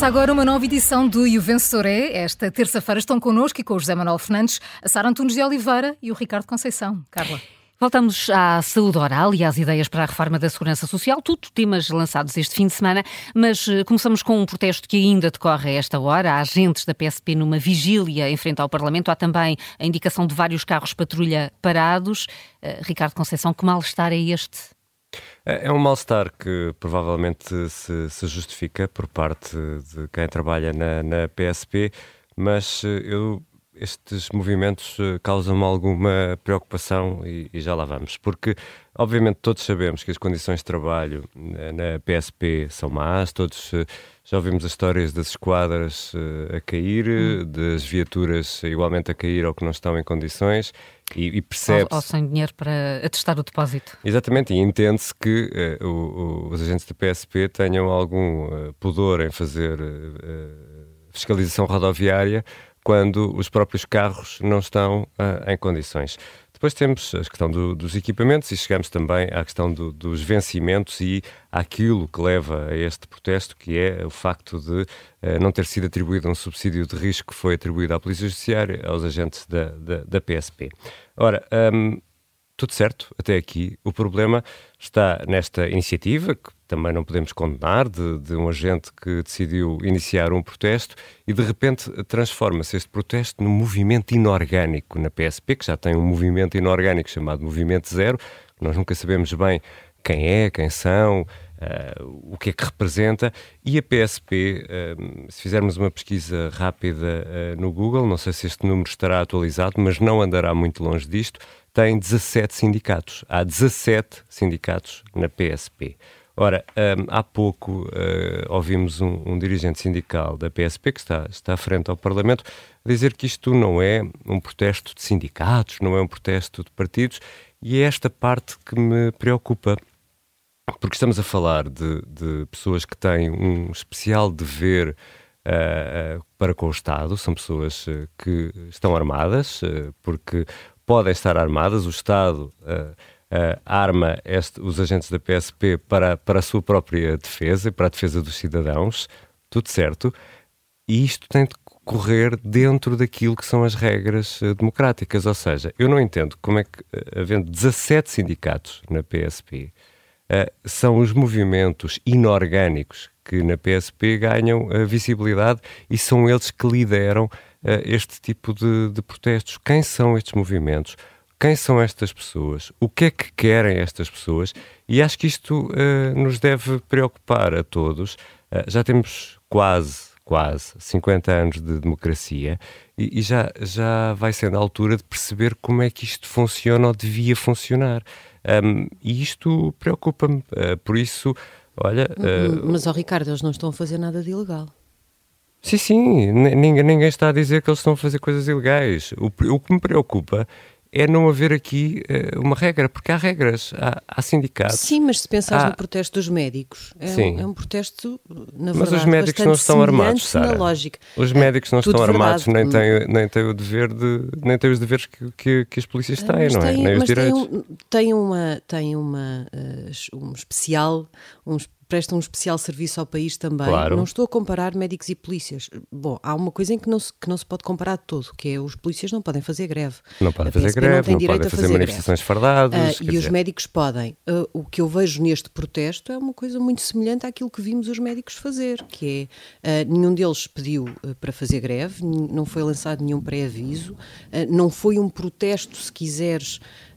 Começa agora uma nova edição do E o Vencedor é. Esta terça-feira estão connosco e com o José Manuel Fernandes, a Sara Antunes de Oliveira e o Ricardo Conceição. Carla. Voltamos à saúde oral e às ideias para a reforma da Segurança Social, tudo temas lançados este fim de semana, mas começamos com um protesto que ainda decorre a esta hora. Há agentes da PSP numa vigília em frente ao Parlamento, há também a indicação de vários carros patrulha parados. Ricardo Conceição, que mal-estar é este? É um mal-estar que provavelmente se justifica por parte de quem trabalha na PSP, mas estes movimentos causam-me alguma preocupação e já lá vamos, porque obviamente todos sabemos que as condições de trabalho na PSP são más, todos já ouvimos as histórias das esquadras a cair, das viaturas igualmente a cair ou que não estão em condições e percebe-se... Ou sem dinheiro para atestar o depósito. Exatamente, e entende-se que os agentes da PSP tenham algum pudor em fazer fiscalização rodoviária quando os próprios carros não estão em condições. Depois temos a questão dos equipamentos e chegamos também à questão dos vencimentos e àquilo que leva a este protesto, que é o facto de não ter sido atribuído um subsídio de risco que foi atribuído à Polícia Judiciária, aos agentes da PSP. Ora, tudo certo até aqui. O problema está nesta iniciativa, que também não podemos condenar, de um agente que decidiu iniciar um protesto e de repente transforma-se este protesto num movimento inorgânico na PSP, que já tem um movimento inorgânico chamado Movimento Zero. Nós nunca sabemos bem quem são, o que é que representa, e a PSP, se fizermos uma pesquisa rápida no Google, não sei se este número estará atualizado, mas não andará muito longe disto, tem 17 sindicatos. Há 17 sindicatos na PSP. Ora, há pouco ouvimos um dirigente sindical da PSP, que está à frente ao Parlamento, dizer que isto não é um protesto de sindicatos, não é um protesto de partidos, e é esta parte que me preocupa, porque estamos a falar de pessoas que têm um especial dever para com o Estado, são pessoas que estão armadas, porque podem estar armadas, o Estado arma os agentes da PSP para a sua própria defesa, para a defesa dos cidadãos, tudo certo, e isto tem de correr dentro daquilo que são as regras democráticas, ou seja, eu não entendo como é que, havendo 17 sindicatos na PSP, são os movimentos inorgânicos que na PSP ganham visibilidade e são eles que lideram este tipo de protestos. Quem são estes movimentos? Quem são estas pessoas? O que é que querem estas pessoas? E acho que isto nos deve preocupar a todos. Já temos quase 50 anos de democracia e já vai sendo a altura de perceber como é que isto funciona ou devia funcionar. E isto preocupa-me. Por isso, olha... Mas, Ricardo, eles não estão a fazer nada de ilegal. Sim, ninguém está a dizer que eles estão a fazer coisas ilegais. O que me preocupa é não haver aqui uma regra, porque há regras, há sindicatos. Sim, mas se pensares no protesto dos médicos, é um protesto, na verdade, mas os médicos não estão armados, Sara. Na lógica. Os médicos não estão armados, nem têm o dever nem têm os deveres que as polícias têm, não é? Nem os direitos. Tem um especial... prestam um especial serviço ao país também. Claro. Não estou a comparar médicos e polícias. Bom, há uma coisa em que não se pode comparar de todo, que é os polícias não podem fazer greve. Não podem fazer greve, não podem fazer manifestações fardadas. E os médicos podem. O que eu vejo neste protesto é uma coisa muito semelhante àquilo que vimos os médicos fazer, que é, nenhum deles pediu para fazer greve, não foi lançado nenhum pré-aviso, não foi um protesto, se quiseres...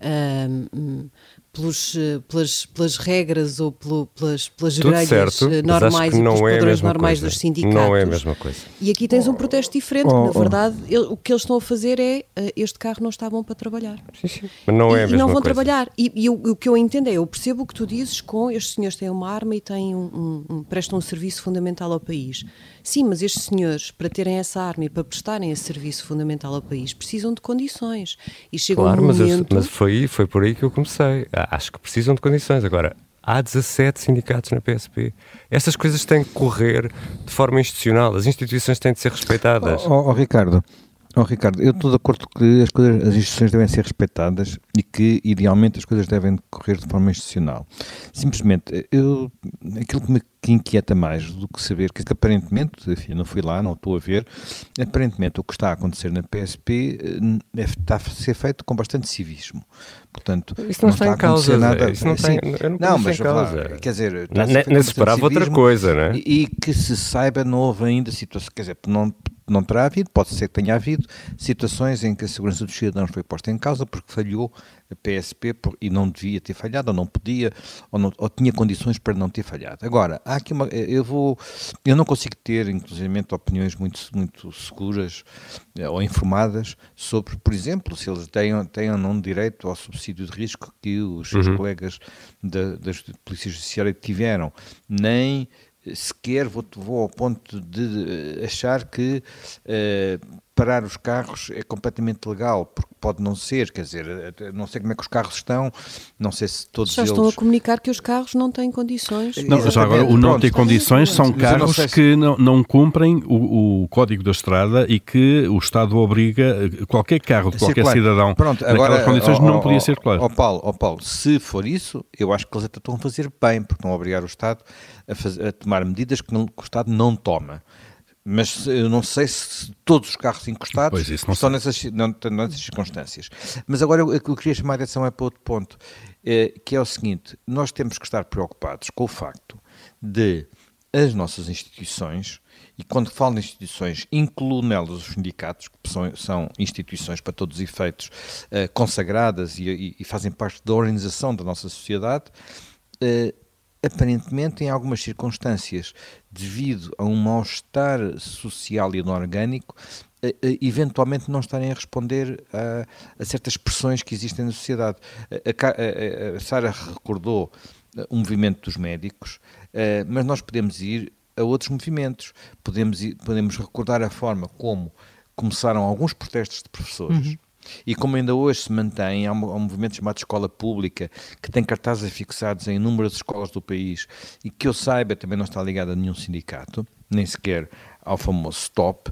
pelas regras ou pelas grelhas normais e pelos padrões normais dos sindicatos. Não é a mesma coisa. E aqui tens um protesto diferente, que na verdade o que eles estão a fazer é este carro não está bom para trabalhar. Sim. Mas não é a mesma coisa. E não vão trabalhar. E o que eu entendo eu percebo o que tu dizes com estes senhores têm uma arma e têm prestam um serviço fundamental ao país. Sim, mas estes senhores, para terem essa arma e para prestarem esse serviço fundamental ao país, precisam de condições. E chega um momento... mas foi por aí que eu comecei. Acho que precisam de condições. Agora, há 17 sindicatos na PSP. Estas coisas têm que correr de forma institucional. As instituições têm de ser respeitadas. Ricardo, Ricardo, eu estou de acordo que as instituições devem ser respeitadas e que, idealmente, as coisas devem decorrer de forma institucional. Simplesmente, aquilo que inquieta mais do que saber que aparentemente, enfim, não fui lá, não estou a ver, aparentemente o que está a acontecer na PSP está a ser feito com bastante civismo. Portanto, isso não está a acontecer nada. Isso não, mas quer dizer, nem se esperava outra coisa, não é? E que se saiba, não houve ainda situação, quer dizer, não terá havido, pode ser que tenha havido situações em que a segurança dos cidadãos foi posta em causa porque falhou a PSP e não devia ter falhado, ou não podia, ou tinha condições para não ter falhado. Agora, há aqui eu não consigo ter, inclusivamente, opiniões muito seguras ou informadas sobre, por exemplo, se eles têm ou não direito ao subsídio de risco que os seus colegas das Polícia Judiciária tiveram, nem sequer vou ao ponto de achar que parar os carros é completamente legal, porque pode não ser, quer dizer, não sei como é que os carros estão, não sei se todos eles... Já estão a comunicar que os carros não têm condições. Não, já agora, o não ter condições são carros que não cumprem o Código da Estrada e que o Estado obriga qualquer carro de qualquer cidadão naquelas condições não podia ser claro. Paulo, se for isso, eu acho que eles até estão a fazer bem, porque estão a obrigar o Estado a tomar medidas que o Estado não toma. Mas eu não sei se todos os carros encostados estão nessas circunstâncias. Mas agora eu queria chamar a atenção para outro ponto, que é o seguinte: nós temos que estar preocupados com o facto de as nossas instituições, e quando falo de instituições, incluo nelas os sindicatos, que são instituições para todos os efeitos consagradas e fazem parte da organização da nossa sociedade, aparentemente, em algumas circunstâncias, devido a um mal-estar social e inorgânico, eventualmente não estarem a responder a certas pressões que existem na sociedade. A Sara recordou o movimento dos médicos, mas nós podemos ir a outros movimentos. Podemos recordar a forma como começaram alguns protestos de professores. E como ainda hoje se mantém, há um movimento chamado Escola Pública, que tem cartazes fixados em inúmeras escolas do país e que eu saiba também não está ligado a nenhum sindicato, nem sequer ao famoso STOP.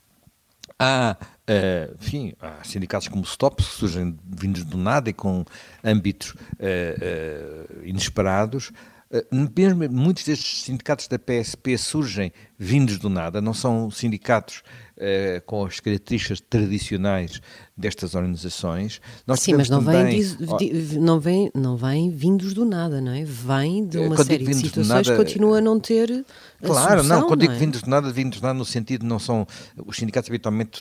Há sindicatos como o STOP, que surgem vindos do nada e com âmbitos inesperados. Mesmo muitos destes sindicatos da PSP surgem vindos do nada, não são sindicatos com as características tradicionais destas organizações. Sim, mas não vêm vindos do nada, não é? Vêm de uma série de situações que continua a não ter a solução, quando digo vindos do nada no sentido, não são... Os sindicatos habitualmente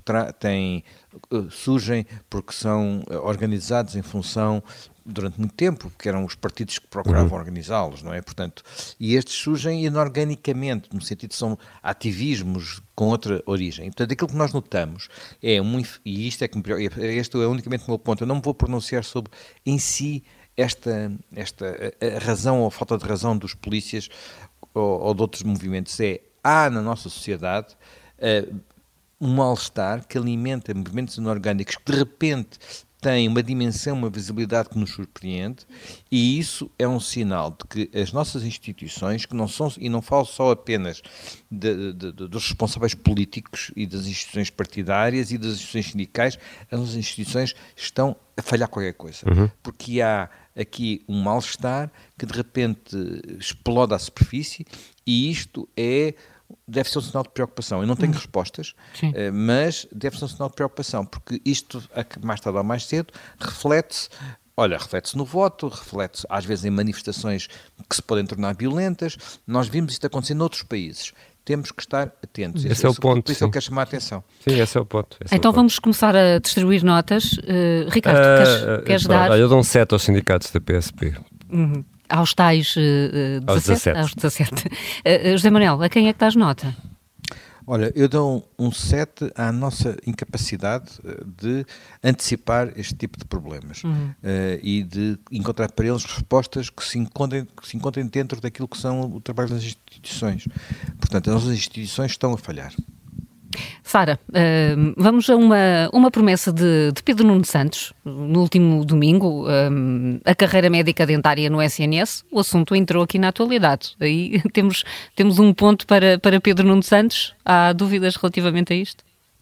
surgem porque são organizados em função... durante muito tempo, porque eram os partidos que procuravam organizá-los, não é? Portanto, e estes surgem inorganicamente, no sentido de são ativismos com outra origem. Portanto, aquilo que nós notamos e isto é que me preocupa, este é unicamente o meu ponto, eu não me vou pronunciar sobre em si esta a razão ou a falta de razão dos polícias ou de outros movimentos, há na nossa sociedade um mal-estar que alimenta movimentos inorgânicos que de repente têm uma dimensão, uma visibilidade que nos surpreende, e isso é um sinal de que as nossas instituições, que não são, e não falo só apenas dos responsáveis políticos e das instituições partidárias e das instituições sindicais, as nossas instituições estão a falhar qualquer coisa, porque há aqui um mal-estar que de repente explode à superfície, e isto deve ser um sinal de preocupação. Eu não tenho respostas, mas deve ser um sinal de preocupação, porque isto, mais tarde ou mais cedo, reflete-se no voto, reflete-se às vezes em manifestações que se podem tornar violentas. Nós vimos isto acontecer noutros países. Temos que estar atentos. Esse é o ponto. Por isso eu quero chamar a atenção. Sim, esse é o ponto. Então vamos começar a distribuir notas. Ricardo, queres dar? Eu dou um 7 aos sindicatos da PSP. Aos tais 17? Aos 17. José Manuel, a quem é que dás nota? Olha, eu dou um 7 à nossa incapacidade de antecipar este tipo de problemas e de encontrar para eles respostas que se encontrem dentro daquilo que são o trabalho das instituições. Portanto, as nossas instituições estão a falhar. Sara, vamos a uma promessa de Pedro Nuno Santos, no último domingo, a carreira médica dentária no SNS. O assunto entrou aqui na atualidade. Aí temos um ponto para Pedro Nuno Santos. Há dúvidas relativamente a isto?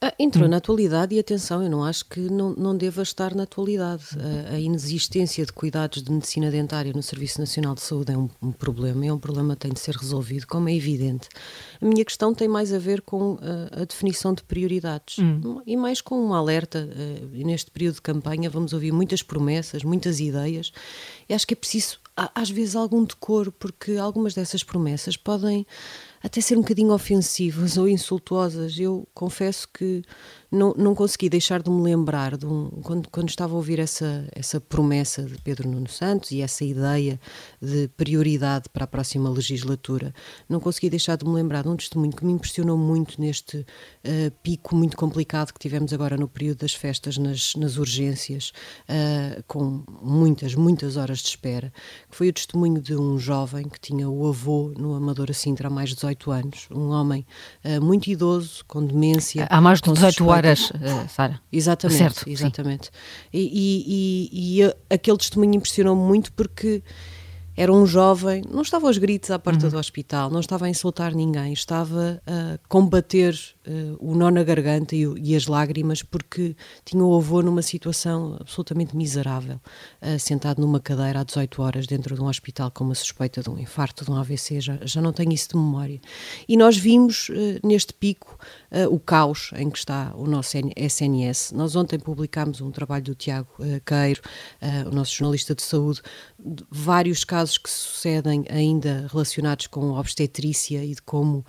Entrou na atualidade e, atenção, eu não acho que não deva estar na atualidade. A inexistência de cuidados de medicina dentária no Serviço Nacional de Saúde é um problema, e é um problema que tem de ser resolvido, como é evidente. A minha questão tem mais a ver com a definição de prioridades e mais com um alerta. Neste período de campanha vamos ouvir muitas promessas, muitas ideias, e acho que é preciso, às vezes, algum decoro, porque algumas dessas promessas podem até ser um bocadinho ofensivas ou insultuosas. Eu confesso que não consegui deixar de me lembrar quando estava a ouvir essa promessa de Pedro Nuno Santos e essa ideia de prioridade para a próxima legislatura. Não consegui deixar de me lembrar de um testemunho que me impressionou muito neste pico muito complicado que tivemos agora no período das festas nas urgências, com muitas horas de espera, que foi o testemunho de um jovem que tinha o avô no Amadora Sintra há mais de 18 anos, um homem muito idoso, com demência. Há mais de 18 horas, Sara. Exatamente, certo, exatamente. E aquele testemunho impressionou-me muito porque era um jovem, não estava aos gritos à porta do hospital, não estava a insultar ninguém, estava a combater o nó na garganta e as lágrimas, porque tinha o avô numa situação absolutamente miserável, sentado numa cadeira há 18 horas dentro de um hospital com uma suspeita de um infarto, de um AVC, já não tenho isso de memória. E nós vimos neste pico o caos em que está o nosso SNS. Nós ontem publicámos um trabalho do Tiago Queiro, o nosso jornalista de saúde, de vários casos que sucedem ainda relacionados com a obstetrícia e de como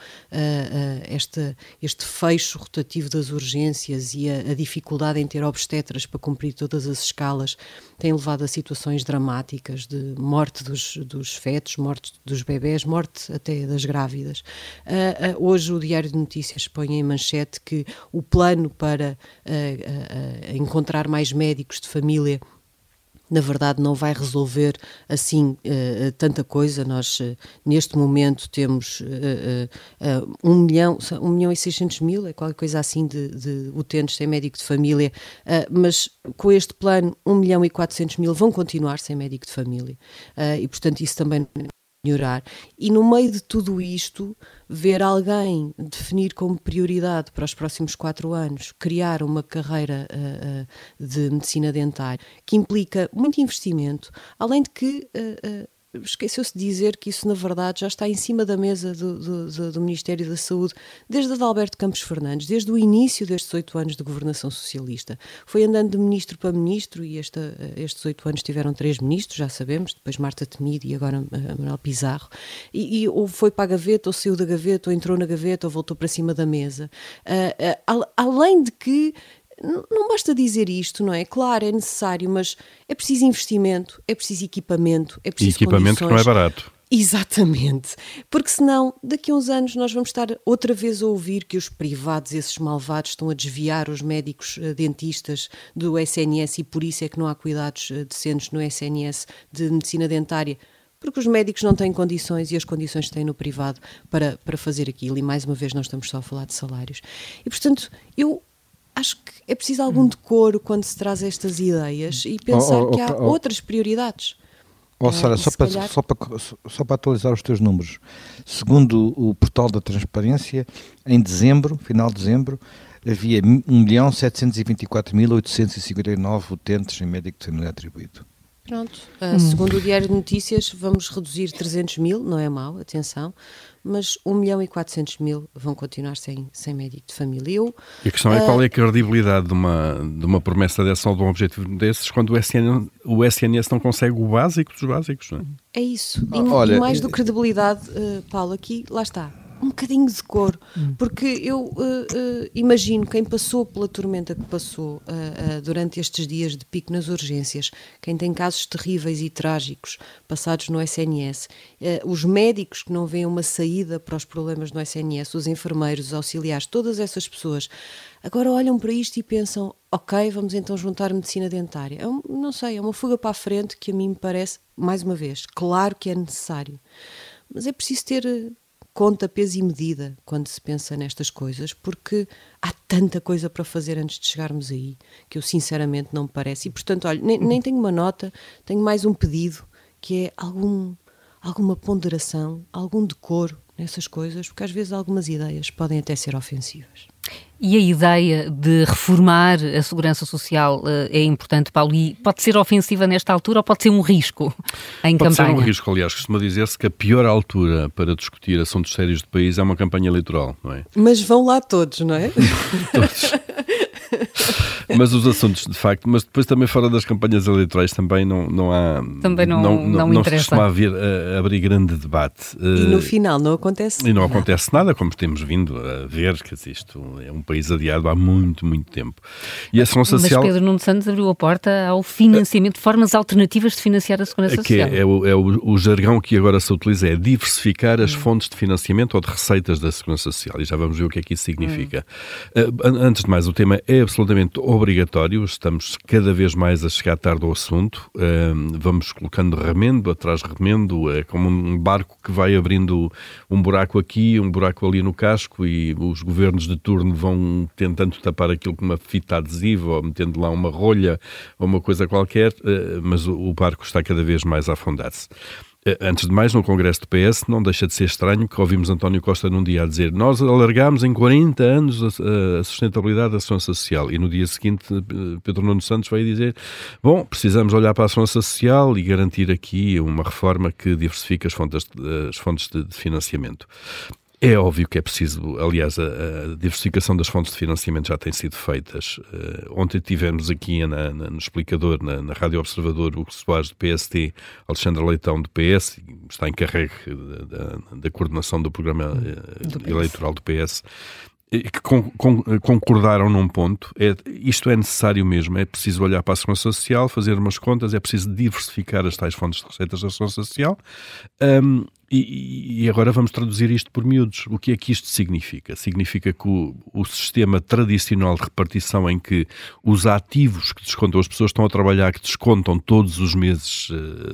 este fecho rotativo das urgências e a dificuldade em ter obstetras para cumprir todas as escalas tem levado a situações dramáticas de morte dos fetos, morte dos bebés, morte até das grávidas. Hoje o Diário de Notícias põe em manchete que o plano para encontrar mais médicos de família na verdade não vai resolver assim tanta coisa. Nós neste momento temos 1.600.000, é qualquer coisa assim de utentes sem médico de família, mas com este plano 1.400.000 vão continuar sem médico de família, e portanto isso também melhorar. E no meio de tudo isto, ver alguém definir como prioridade para os próximos 4 anos, criar uma carreira de medicina dentária, que implica muito investimento, além de que esqueceu-se de dizer que isso na verdade já está em cima da mesa do Ministério da Saúde desde Adalberto Campos Fernandes, desde o início destes 8 anos de governação socialista. Foi andando de ministro para ministro e estes 8 anos tiveram 3 ministros, já sabemos, depois Marta Temido e agora Manuel Pizarro, e ou foi para a gaveta, ou saiu da gaveta, ou entrou na gaveta, ou voltou para cima da mesa. Além de que não basta dizer isto, não é? Claro, é necessário, mas é preciso investimento, é preciso equipamento, é preciso equipamento que não é barato. Exatamente, porque senão daqui a uns anos nós vamos estar outra vez a ouvir que os privados, esses malvados, estão a desviar os médicos dentistas do SNS e por isso é que não há cuidados decentes no SNS de medicina dentária, porque os médicos não têm condições e as condições que têm no privado para fazer aquilo, e mais uma vez nós estamos só a falar de salários. E portanto, eu acho que é preciso algum decoro quando se traz estas ideias e pensar que há outras prioridades. Sara, só para atualizar os teus números, segundo o portal da Transparência, em dezembro, final de dezembro, havia 1.724.859 utentes em médico de família atribuído. Pronto, segundo o Diário de Notícias, vamos reduzir 300.000, não é mau, atenção, mas 1.400.000 vão continuar sem médico de família. E a questão é qual é a credibilidade de uma promessa dessa ou de um objetivo desses quando o SNS não consegue o básico dos básicos, não é? É isso. E mais do que credibilidade, Paulo, aqui, lá está. Um bocadinho de decoro, porque eu imagino quem passou pela tormenta que passou durante estes dias de pico nas urgências, quem tem casos terríveis e trágicos passados no SNS, os médicos que não veem uma saída para os problemas no SNS, os enfermeiros, os auxiliares, todas essas pessoas, agora olham para isto e pensam, ok, vamos então juntar medicina dentária. Não sei, é uma fuga para a frente que a mim me parece, mais uma vez, claro que é necessário, mas é preciso ter conta, peso e medida quando se pensa nestas coisas, porque há tanta coisa para fazer antes de chegarmos aí, que eu sinceramente não me parece. E portanto, olha, nem tenho uma nota, tenho mais um pedido, que é alguma ponderação, algum decoro nessas coisas, porque às vezes algumas ideias podem até ser ofensivas. E a ideia de reformar a segurança social é importante, Paulo, e pode ser ofensiva nesta altura ou pode ser um risco em campanha? Pode ser um risco, aliás, costuma dizer-se que a pior altura para discutir assuntos sérios do país é uma campanha eleitoral, não é? Mas vão lá todos, não é? Todos. Mas os assuntos, de facto, mas depois também fora das campanhas eleitorais também não há... Também não interessa. Costuma abrir grande debate. E no final não acontece E não acontece nada, como temos vindo a ver, que isto é um país adiado há muito, muito tempo. E a Segurança Social... Mas Pedro Nuno Santos abriu a porta ao financiamento, formas alternativas de financiar a Segurança Social. O jargão que agora se utiliza é diversificar as fontes de financiamento ou de receitas da Segurança Social. E já vamos ver o que é que isso significa. Antes de mais, o tema é absolutamente obrigatório, estamos cada vez mais a chegar tarde ao assunto, vamos colocando remendo atrás de remendo, é como um barco que vai abrindo um buraco aqui, um buraco ali no casco e os governos de turno vão tentando tapar aquilo com uma fita adesiva ou metendo lá uma rolha ou uma coisa qualquer, mas o barco está cada vez mais a afundar-se. Antes de mais, no Congresso do PS, não deixa de ser estranho que ouvimos António Costa num dia a dizer nós alargámos em 40 anos a sustentabilidade da Segurança Social e no dia seguinte Pedro Nuno Santos vai dizer precisamos olhar para a Segurança Social e garantir aqui uma reforma que diversifique as fontes de financiamento. É óbvio que é preciso, aliás, a diversificação das fontes de financiamento já tem sido feitas. Ontem tivemos aqui no explicador, na Rádio Observador, Hugo Soares do PST, Alexandre Leitão do PS, está em carrego da coordenação do programa eleitoral do PS, que concordaram num ponto, isto é necessário mesmo, é preciso olhar para a Segurança Social, fazer umas contas, é preciso diversificar as tais fontes de receitas da Segurança Social, e agora vamos traduzir isto por miúdos. O que é que isto significa? Significa que o sistema tradicional de repartição em que os ativos que descontam, as pessoas que estão a trabalhar, que descontam todos os meses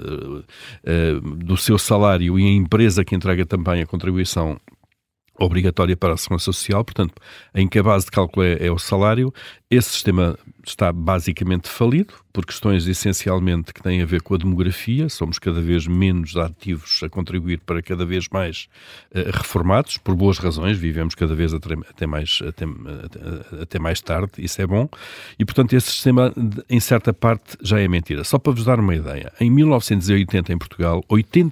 do seu salário e a empresa que entrega também a contribuição obrigatória para a Segurança Social, portanto, em que a base de cálculo é o salário, esse sistema está basicamente falido, por questões essencialmente que têm a ver com a demografia, somos cada vez menos ativos a contribuir para cada vez mais reformados, por boas razões, vivemos cada vez até mais tarde, isso é bom, e portanto esse sistema em certa parte já é mentira. Só para vos dar uma ideia, em 1980 em Portugal,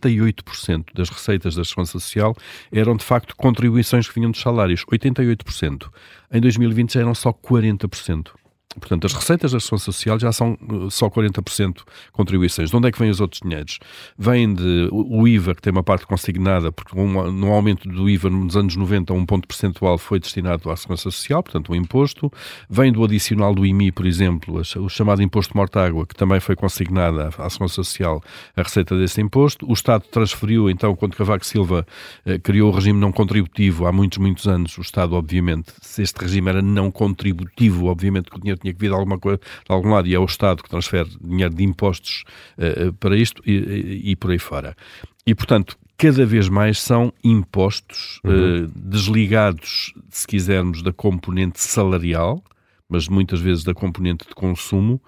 88% das receitas da Segurança Social eram de facto contribuições que vinham dos salários, 88%. Em 2020 já eram só 40%. Portanto, as receitas da Segurança Social já são só 40% contribuições. De onde é que vêm os outros dinheiros? Vêm o IVA, que tem uma parte consignada, porque no aumento do IVA nos anos 90, um ponto percentual foi destinado à Segurança Social, portanto, um imposto. Vem do adicional do IMI, por exemplo, o chamado Imposto de Mortágua, que também foi consignada à Segurança Social a receita desse imposto. O Estado transferiu, então, quando Cavaco Silva criou o regime não contributivo há muitos, muitos anos, o Estado, obviamente, se este regime era não contributivo, obviamente que o dinheiro tinha que vir de algum lado, e é o Estado que transfere dinheiro de impostos para isto e por aí fora. E, portanto, cada vez mais são impostos desligados, se quisermos, da componente salarial, mas muitas vezes da componente de consumo,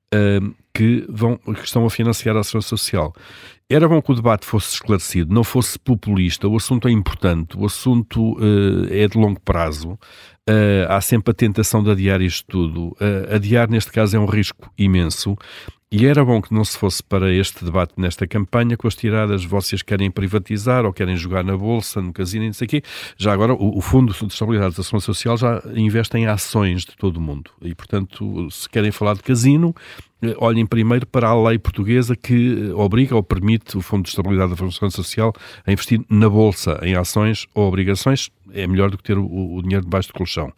que estão a financiar a Segurança Social. Era bom que o debate fosse esclarecido, não fosse populista, o assunto é importante, o assunto é de longo prazo, há sempre a tentação de adiar isto tudo. Adiar, neste caso, é um risco imenso. E era bom que não se fosse para este debate nesta campanha com as tiradas, vocês querem privatizar ou querem jogar na Bolsa, no casino e não sei o quê. Já agora o Fundo de Estabilidade da Segurança Social já investe em ações de todo o mundo. E, portanto, se querem falar de casino, olhem primeiro para a lei portuguesa que obriga ou permite o Fundo de Estabilidade da Segurança Social a investir na Bolsa, em ações ou obrigações. É melhor do que ter o dinheiro debaixo do colchão.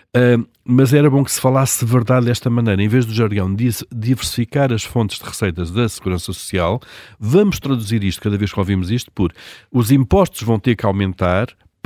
Mas era bom que se falasse verdade desta maneira. Em vez do jargão de diversificar as fontes de receitas da Segurança Social, vamos traduzir isto, cada vez que ouvimos isto, por os impostos vão ter que aumentar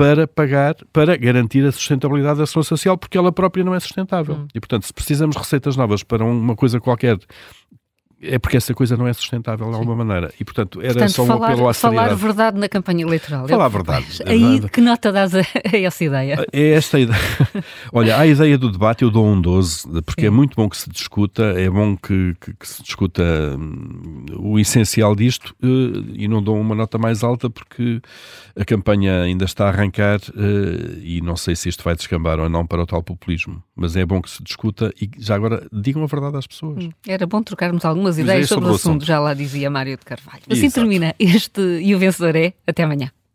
para garantir a sustentabilidade da Segurança Social, porque ela própria não é sustentável. E, portanto, se precisamos de receitas novas para uma coisa qualquer é porque essa coisa não é sustentável de alguma maneira. E, portanto, era só um apelo à falar verdade na campanha eleitoral. Falar verdade. Aí, que nota dás a essa ideia? É esta ideia. Olha, a ideia do debate eu dou um 12, porque é muito bom que se discuta, é bom que se discuta o essencial disto, e não dou uma nota mais alta porque a campanha ainda está a arrancar e não sei se isto vai descambar ou não para o tal populismo. Mas é bom que se discuta e já agora digam a verdade às pessoas. Era bom trocarmos algumas ideias sobre o assunto, já lá dizia Mário de Carvalho. Assim Exato. termina este E o Vencedor é. Até amanhã.